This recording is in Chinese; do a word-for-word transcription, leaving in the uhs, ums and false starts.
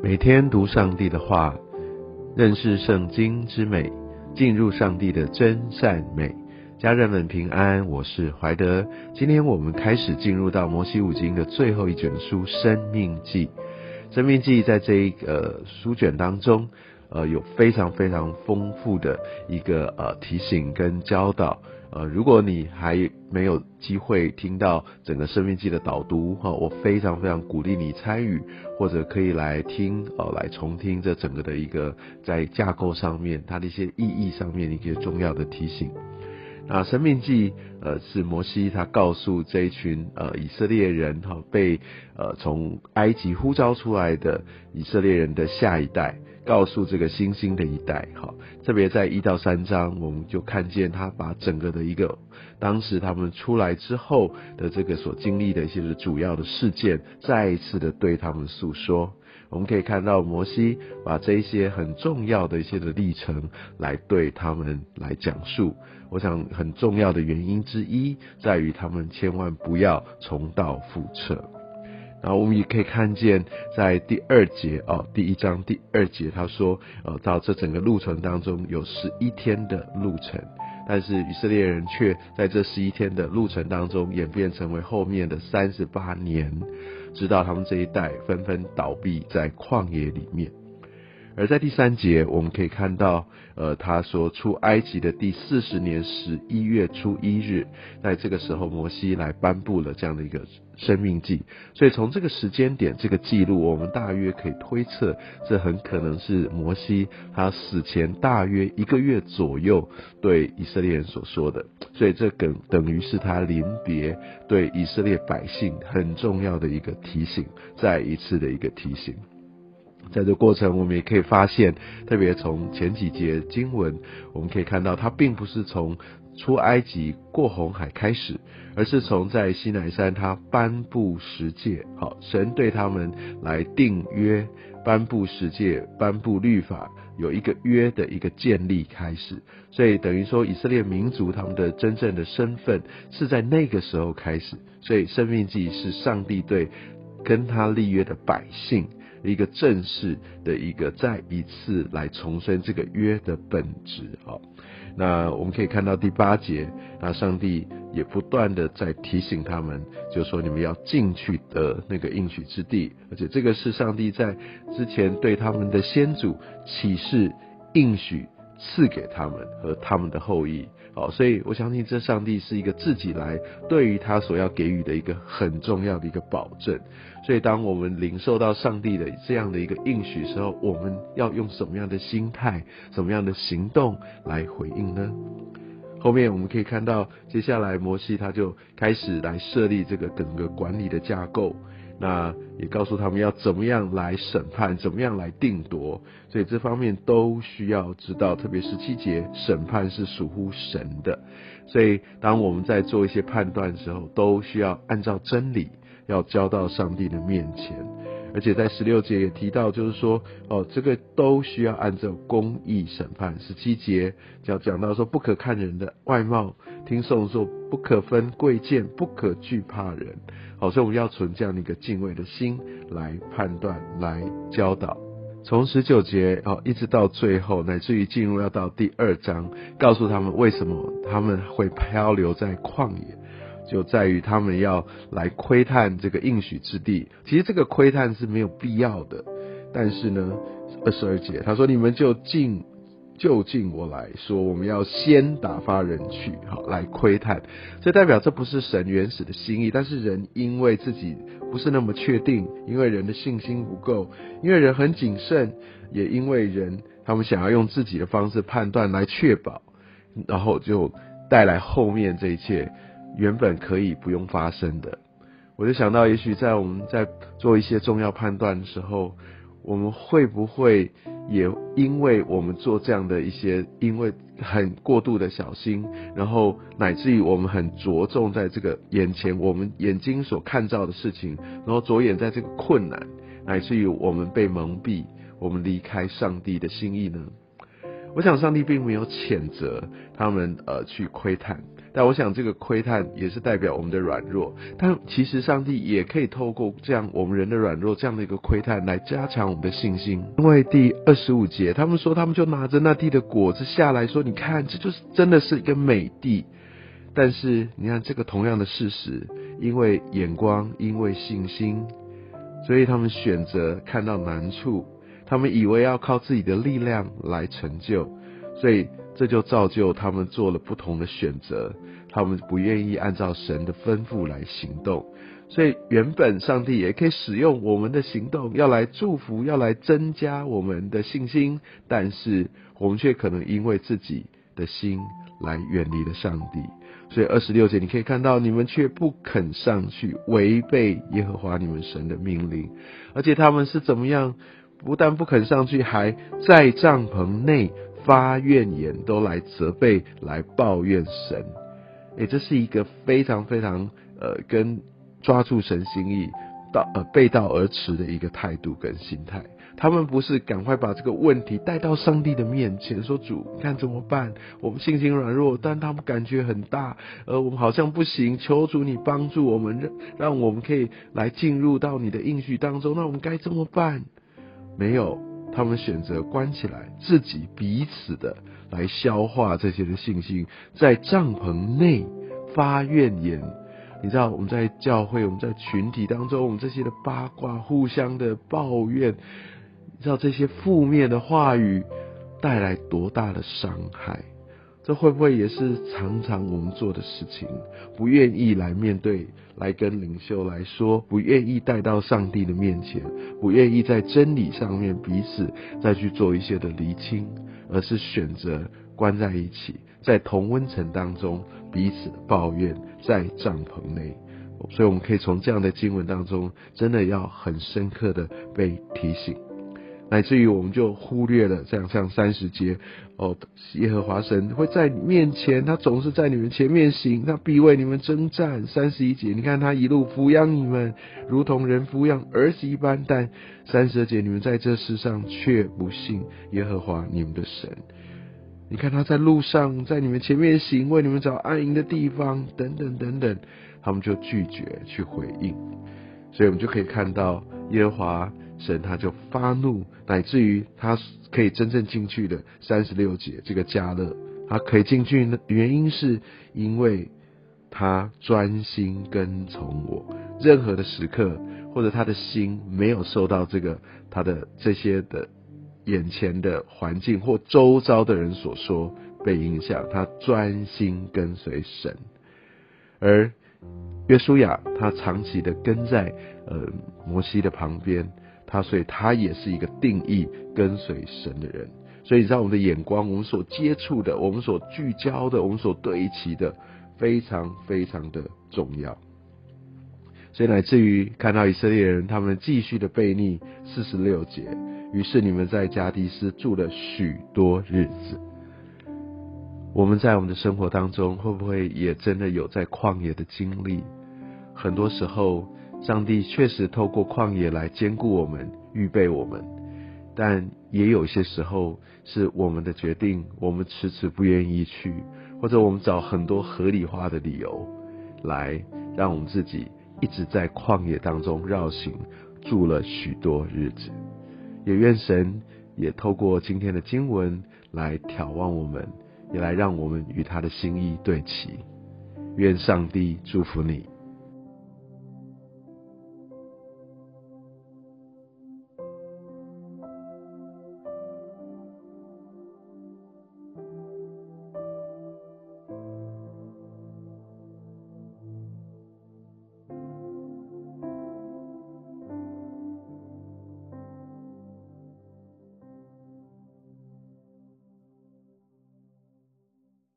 每天读上帝的话，认识圣经之美，进入上帝的真善美。家人们平安，我是怀德。今天我们开始进入到摩西五经的最后一卷书《申命记》。申命记在这一个书卷当中，呃，有非常非常丰富的一个呃提醒跟教导。呃，如果你还没有机会听到整个申命记的导读哈、哦，我非常非常鼓励你参与，或者可以来听哦，来重听这整个的一个在架构上面，它的一些意义上面一些重要的提醒。那申命记呃是摩西他告诉这一群呃以色列人哈、哦、被呃从埃及呼召出来的以色列人的下一代，告诉这个新兴的一代哈、哦，特别在一到三章我们就看见他把整个的一个当时他们出来之后的这个所经历的一些主要的事件，再一次的对他们诉说。我们可以看到摩西把这一些很重要的一些的历程来对他们来讲述。我想很重要的原因之一在于他们千万不要重蹈覆辙。然后我们也可以看见在第二节哦，第一章第二节他说呃，到这整个路程当中有十一天的路程，但是以色列人却在这十一天的路程当中演变成为后面的三十八年，直到他们这一代纷纷倒闭在旷野里面。而在第三节我们可以看到呃，他说出埃及的第四十年十一月初一日，在这个时候摩西来颁布了这样的一个申命记。所以从这个时间点这个记录，我们大约可以推测这很可能是摩西他死前大约一个月左右对以色列人所说的，所以这等等于是他临别对以色列百姓很重要的一个提醒，再一次的一个提醒。在这过程我们也可以发现，特别从前几节经文我们可以看到，它并不是从出埃及过红海开始，而是从在西乃山他颁布十诫，好，神对他们来定约，颁布十诫，颁布律法，有一个约的一个建立开始。所以等于说以色列民族他们的真正的身份是在那个时候开始。所以申命记是上帝对跟他立约的百姓一个正式的一个再一次来重申这个约的本质。好，那我们可以看到第八节，那上帝也不断的在提醒他们，就说你们要进去的那个应许之地，而且这个是上帝在之前对他们的先祖启示应许赐给他们和他们的后裔。好，所以我相信这上帝是一个自己来对于他所要给予的一个很重要的一个保证。所以当我们领受到上帝的这样的一个应许时候，我们要用什么样的心态，什么样的行动来回应呢？后面我们可以看到，接下来摩西他就开始来设立这个整个管理的架构，那也告诉他们要怎么样来审判，怎么样来定夺，所以这方面都需要知道。特别十七节，审判是属乎神的，所以当我们在做一些判断的时候，都需要按照真理要交到上帝的面前。而且在十六节也提到，就是说哦，这个都需要按照公义审判。十七节讲讲到说，不可看人的外貌，听颂说不可分贵贱，不可惧怕人。好，所以我们要存这样的一个敬畏的心来判断，来教导。从十九节哦一直到最后，乃至于进入要到第二章，告诉他们为什么他们会漂流在旷野，就在于他们要来窥探这个应许之地。其实这个窥探是没有必要的，但是呢二十二节他说，你们就近就近我来说，我们要先打发人去，好来窥探。这代表这不是神原始的心意，但是人因为自己不是那么确定，因为人的信心不够，因为人很谨慎，也因为人他们想要用自己的方式判断来确保，然后就带来后面这一切原本可以不用发生的。我就想到，也许在我们在做一些重要判断的时候，我们会不会也因为我们做这样的一些，因为很过度的小心，然后乃至于我们很着重在这个眼前我们眼睛所看到的事情，然后着眼在这个困难，乃至于我们被蒙蔽，我们离开上帝的心意呢？我我想上帝并没有谴责他们呃去窥探，但我想这个窥探也是代表我们的软弱，但其实上帝也可以透过这样我们人的软弱这样的一个窥探来加强我们的信心。因为第二十五节他们说，他们就拿着那地的果子下来说，你看这就是真的是一个美地。但是你看这个同样的事实，因为眼光，因为信心，所以他们选择看到难处，他们以为要靠自己的力量来成就，所以这就造就他们做了不同的选择，他们不愿意按照神的吩咐来行动。所以原本上帝也可以使用我们的行动要来祝福，要来增加我们的信心，但是我们却可能因为自己的心来远离了上帝。所以二十六节你可以看到，你们却不肯上去，违背耶和华你们神的命令。而且他们是怎么样，不但不肯上去，还在帐篷内发怨言，都来责备，来抱怨神。诶，这是一个非常非常呃跟抓住神心意到呃背道而驰的一个态度跟心态。他们不是赶快把这个问题带到上帝的面前，说主你看怎么办，我们信心软弱，但他们感觉很大，呃我们好像不行，求主你帮助我们，让让我们可以来进入到你的应许当中，那我们该怎么办？没有，他们选择关起来，自己彼此的来消化这些的信心，在帐篷内发怨言。你知道我们在教会，我们在群体当中，我们这些的八卦，互相的抱怨，你知道这些负面的话语带来多大的伤害？这会不会也是常常我们做的事情？不愿意来面对，来跟领袖来说，不愿意带到上帝的面前，不愿意在真理上面彼此再去做一些的厘清，而是选择关在一起，在同温层当中彼此的抱怨，在帐篷内。所以我们可以从这样的经文当中，真的要很深刻的被提醒，乃至于我们就忽略了这样像三十节哦，耶和华神会在你面前，他总是在你们前面行，他必为你们征战。三十一节你看他一路抚养你们，如同人抚养儿子一般。但三十二节你们在这世上却不信耶和华你们的神，你看他在路上在你们前面行，为你们找安营的地方，等等等等，他们就拒绝去回应。所以我们就可以看到耶和华神他就发怒，乃至于他可以真正进去的三十六节这个迦勒，他可以进去的原因是因为他专心跟从我，任何的时刻或者他的心没有受到这个他的这些的眼前的环境或周遭的人所说被影响，他专心跟随神。而约书亚他长期的跟在呃摩西的旁边，他所以他也是一个定义跟随神的人。所以你知道我们的眼光，我们所接触的，我们所聚焦的，我们所对齐的，非常非常的重要。所以乃至于看到以色列人他们继续的悖逆，四十六节，于是你们在迦迪斯住了许多日子。我们在我们的生活当中，会不会也真的有在旷野的经历？很多时候上帝确实透过旷野来兼顾我们，预备我们，但也有些时候是我们的决定，我们迟迟不愿意去，或者我们找很多合理化的理由来让我们自己一直在旷野当中绕行，住了许多日子。也愿神也透过今天的经文来眺望我们，也来让我们与他的心意对齐。愿上帝祝福你。